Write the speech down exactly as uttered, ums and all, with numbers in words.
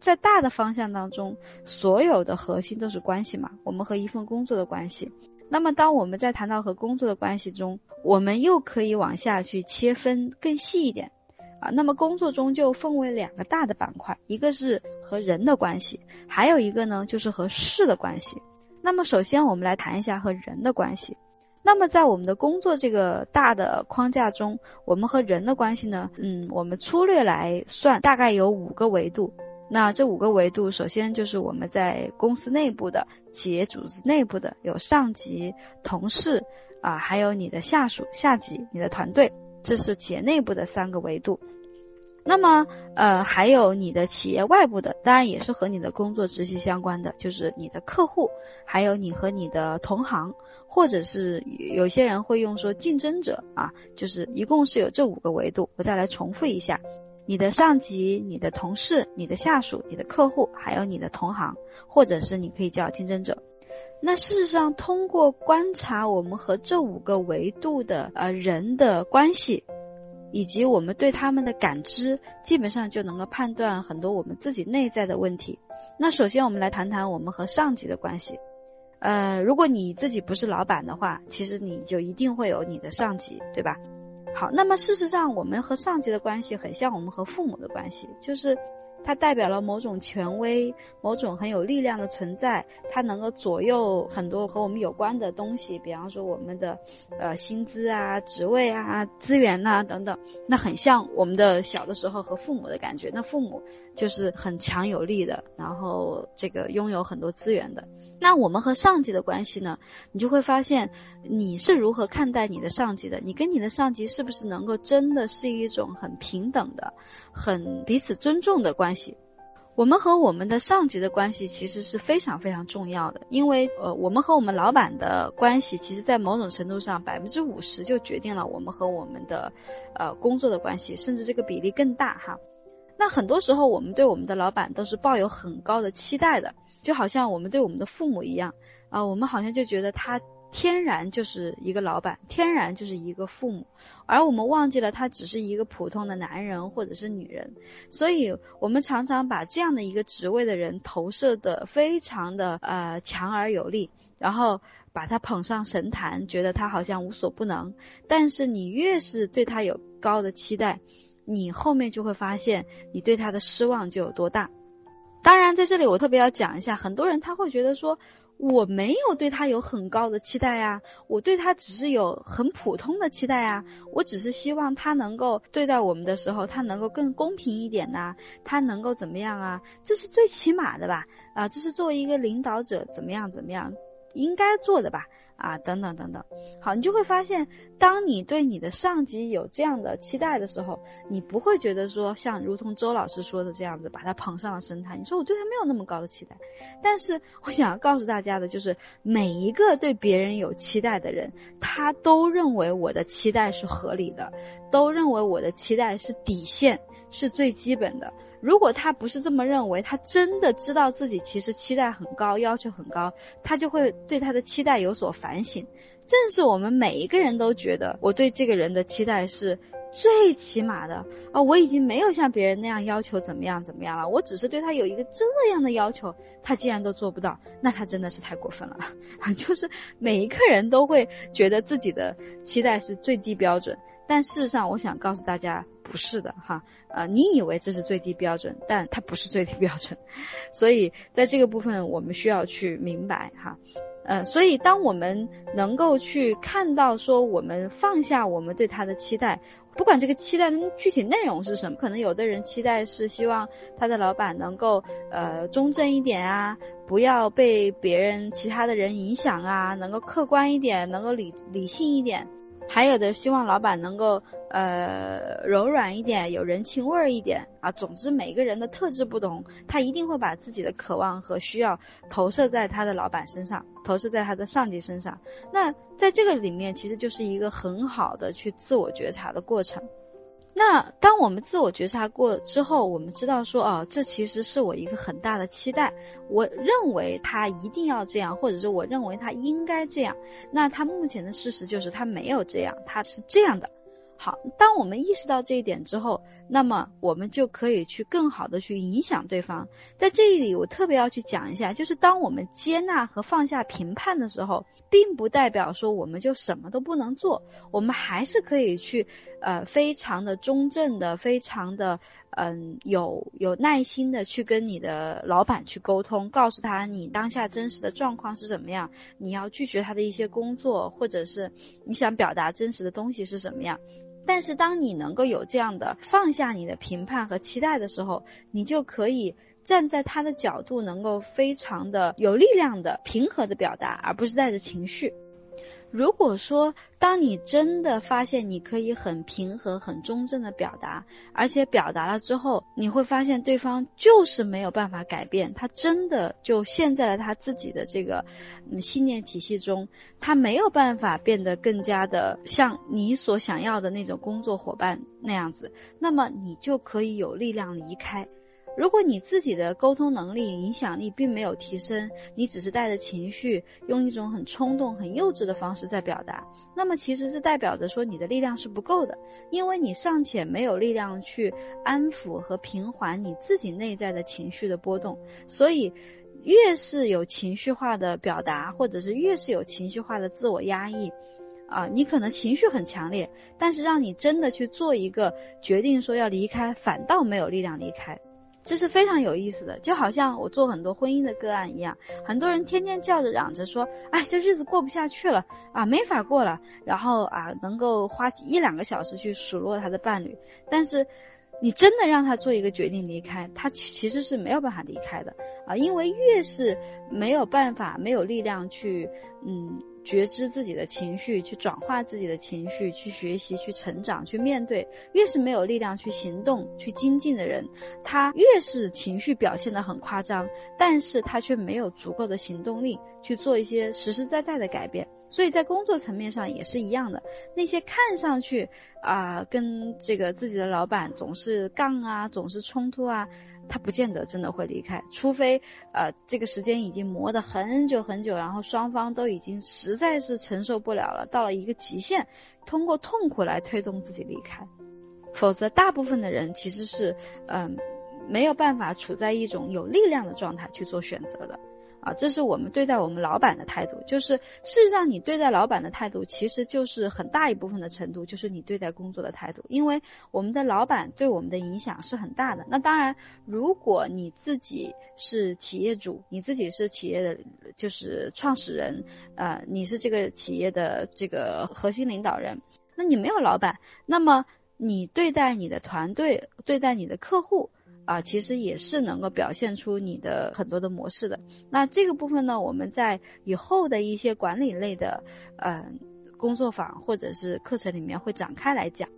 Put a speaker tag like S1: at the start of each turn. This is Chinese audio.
S1: 在大的方向当中，所有的核心都是关系嘛，我们和一份工作的关系。那么当我们在谈到和工作的关系中，我们又可以往下去切分更细一点啊。那么工作中就分为两个大的板块，一个是和人的关系，还有一个呢就是和事的关系。那么首先我们来谈一下和人的关系。那么在我们的工作这个大的框架中，我们和人的关系呢，嗯，我们粗略来算，大概有五个维度。那这五个维度，首先就是我们在公司内部的、企业组织内部的，有上级、同事啊，还有你的下属、下级、你的团队，这是企业内部的三个维度。那么呃，还有你的企业外部的，当然也是和你的工作直系相关的，就是你的客户，还有你和你的同行，或者是有些人会用说竞争者啊，就是一共是有这五个维度。我再来重复一下，你的上级、你的同事、你的下属、你的客户，还有你的同行，或者是你可以叫竞争者。那事实上通过观察我们和这五个维度的呃人的关系，以及我们对他们的感知，基本上就能够判断很多我们自己内在的问题。那首先我们来谈谈我们和上级的关系。呃，如果你自己不是老板的话，其实你就一定会有你的上级，对吧？好，那么事实上我们和上级的关系很像我们和父母的关系，就是它代表了某种权威，某种很有力量的存在，它能够左右很多和我们有关的东西，比方说我们的呃薪资啊、职位啊、资源啊等等。那很像我们的小的时候和父母的感觉，那父母就是很强有力的，然后这个拥有很多资源的。那我们和上级的关系呢，你就会发现你是如何看待你的上级的，你跟你的上级是不是能够真的是一种很平等的、很彼此尊重的关系。我们和我们的上级的关系其实是非常非常重要的，因为呃，我们和我们老板的关系，其实在某种程度上百分之五十就决定了我们和我们的呃工作的关系，甚至这个比例更大哈。那很多时候我们对我们的老板都是抱有很高的期待的，就好像我们对我们的父母一样啊、呃，我们好像就觉得他天然就是一个老板，天然就是一个父母，而我们忘记了他只是一个普通的男人或者是女人。所以我们常常把这样的一个职位的人投射的非常的呃强而有力，然后把他捧上神坛，觉得他好像无所不能。但是你越是对他有高的期待，你后面就会发现你对他的失望就有多大。当然在这里我特别要讲一下，很多人他会觉得说我没有对他有很高的期待啊，我对他只是有很普通的期待啊，我只是希望他能够对待我们的时候他能够更公平一点呐、啊，他能够怎么样啊，这是最起码的吧啊，这是作为一个领导者怎么样怎么样应该做的吧啊，等等等等。好，你就会发现当你对你的上级有这样的期待的时候，你不会觉得说像如同周老师说的这样子把他捧上了神坛，你说我对他没有那么高的期待。但是我想要告诉大家的就是，每一个对别人有期待的人，他都认为我的期待是合理的，都认为我的期待是底线，是最基本的。如果他不是这么认为，他真的知道自己其实期待很高，要求很高，他就会对他的期待有所反省。正是我们每一个人都觉得我对这个人的期待是最起码的啊，我已经没有像别人那样要求怎么样怎么样了，我只是对他有一个这样的要求，他既然都做不到，那他真的是太过分了。就是每一个人都会觉得自己的期待是最低标准，但事实上我想告诉大家不是的哈，呃，你以为这是最低标准，但它不是最低标准。所以在这个部分我们需要去明白哈。呃，所以当我们能够去看到说我们放下我们对他的期待，不管这个期待的具体内容是什么，可能有的人期待是希望他的老板能够呃中正一点啊，不要被别人其他的人影响啊，能够客观一点，能够理理性一点。还有的希望老板能够呃柔软一点，有人情味一点啊。总之每个人的特质不同，他一定会把自己的渴望和需要投射在他的老板身上，投射在他的上级身上。那在这个里面其实就是一个很好的去自我觉察的过程。那当我们自我觉察过之后，我们知道说哦，这其实是我一个很大的期待，我认为他一定要这样，或者是我认为他应该这样，那他目前的事实就是他没有这样，他是这样的。好，当我们意识到这一点之后， 那么我们就可以去更好的去影响对方。在这里我特别要去讲一下，就是当我们接纳和放下评判的时候，并不代表说我们就什么都不能做，我们还是可以去呃非常的中正的，非常的嗯有有耐心的去跟你的老板去沟通，告诉他你当下真实的状况是怎么样，你要拒绝他的一些工作，或者是你想表达真实的东西是什么样。但是当你能够有这样的放下你的评判和期待的时候，你就可以站在他的角度，能够非常的有力量的平和的表达，而不是带着情绪。如果说当你真的发现你可以很平和很中正的表达，而且表达了之后，你会发现对方就是没有办法改变，他真的就陷在了他自己的这个、嗯、信念体系中，他没有办法变得更加的像你所想要的那种工作伙伴那样子，那么你就可以有力量离开。如果你自己的沟通能力、影响力并没有提升，你只是带着情绪，用一种很冲动、很幼稚的方式在表达，那么其实是代表着说你的力量是不够的，因为你尚且没有力量去安抚和平缓你自己内在的情绪的波动。所以越是有情绪化的表达，或者是越是有情绪化的自我压抑啊，你可能情绪很强烈，但是让你真的去做一个决定说要离开，反倒没有力量离开。这是非常有意思的，就好像我做很多婚姻的个案一样，很多人天天叫着嚷着说，哎，这日子过不下去了啊，没法过了，然后啊，能够花一两个小时去数落他的伴侣，但是你真的让他做一个决定离开，他其实是没有办法离开的啊，因为越是没有办法、没有力量去嗯觉知自己的情绪，去转化自己的情绪，去学习，去成长，去面对，越是没有力量去行动，去精进的人，他越是情绪表现得很夸张，但是他却没有足够的行动力去做一些实实在在的改变。所以在工作层面上也是一样的，那些看上去啊、呃、跟这个自己的老板总是杠啊，总是冲突啊，他不见得真的会离开，除非呃这个时间已经磨得很久很久，然后双方都已经实在是承受不了了，到了一个极限，通过痛苦来推动自己离开。否则大部分的人其实是嗯、呃、没有办法处在一种有力量的状态去做选择的啊，这是我们对待我们老板的态度。就是事实上你对待老板的态度，其实就是很大一部分的程度就是你对待工作的态度，因为我们的老板对我们的影响是很大的。那当然如果你自己是企业主，你自己是企业的就是创始人，呃，你是这个企业的这个核心领导人，那你没有老板，那么你对待你的团队，对待你的客户啊，其实也是能够表现出你的很多的模式的。那这个部分呢，我们在以后的一些管理类的呃工作坊或者是课程里面会展开来讲。